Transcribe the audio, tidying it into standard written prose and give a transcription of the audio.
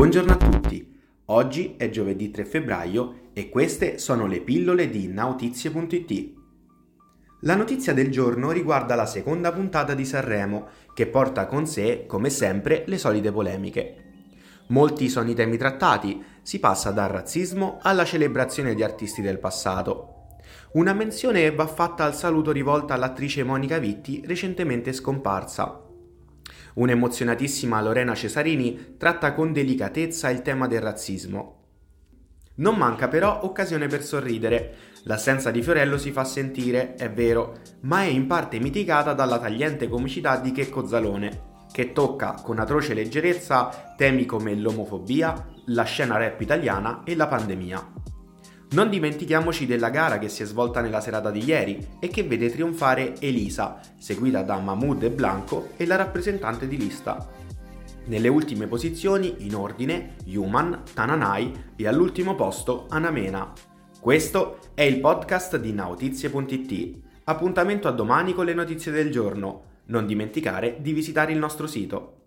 Buongiorno a tutti, oggi è giovedì 3 febbraio e queste sono le pillole di Nautizie.it. La notizia del giorno riguarda la seconda puntata di Sanremo, che porta con sé, come sempre, le solite polemiche. Molti sono i temi trattati, si passa dal razzismo alla celebrazione di artisti del passato. Una menzione va fatta al saluto rivolto all'attrice Monica Vitti, recentemente scomparsa. Un'emozionatissima Lorena Cesarini tratta con delicatezza il tema del razzismo. Non manca però occasione per sorridere. L'assenza di Fiorello si fa sentire, è vero, ma è in parte mitigata dalla tagliente comicità di Checco Zalone, che tocca con atroce leggerezza temi come l'omofobia, la scena rap italiana e la pandemia. Non dimentichiamoci della gara che si è svolta nella serata di ieri e che vede trionfare Elisa, seguita da Mahmood e Blanco e la rappresentante di lista. Nelle ultime posizioni, in ordine, Human, Tananai e all'ultimo posto Anamena. Questo è il podcast di Nautizie.it. Appuntamento a domani con le notizie del giorno. Non dimenticare di visitare il nostro sito.